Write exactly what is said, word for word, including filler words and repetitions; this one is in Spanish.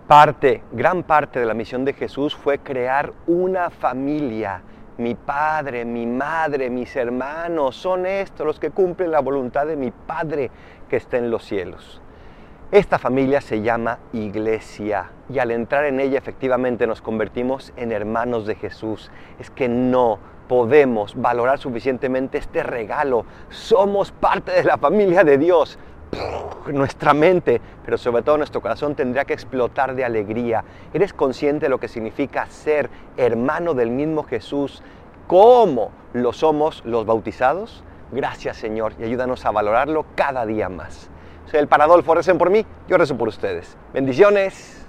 Parte, gran parte de la misión de Jesús fue crear una familia. Mi padre, mi madre, mis hermanos, son estos los que cumplen la voluntad de mi Padre que está en los cielos. Esta familia se llama Iglesia y al entrar en ella efectivamente nos convertimos en hermanos de Jesús. Es que no podemos valorar suficientemente este regalo. Somos parte de la familia de Dios. Nuestra mente, pero sobre todo nuestro corazón tendría que explotar de alegría. ¿Eres consciente de lo que significa ser hermano del mismo Jesús? ¿Cómo lo somos los bautizados? Gracias, Señor, y ayúdanos a valorarlo cada día más. Soy el Paradolfo, recen por mí, yo rezo por ustedes. Bendiciones.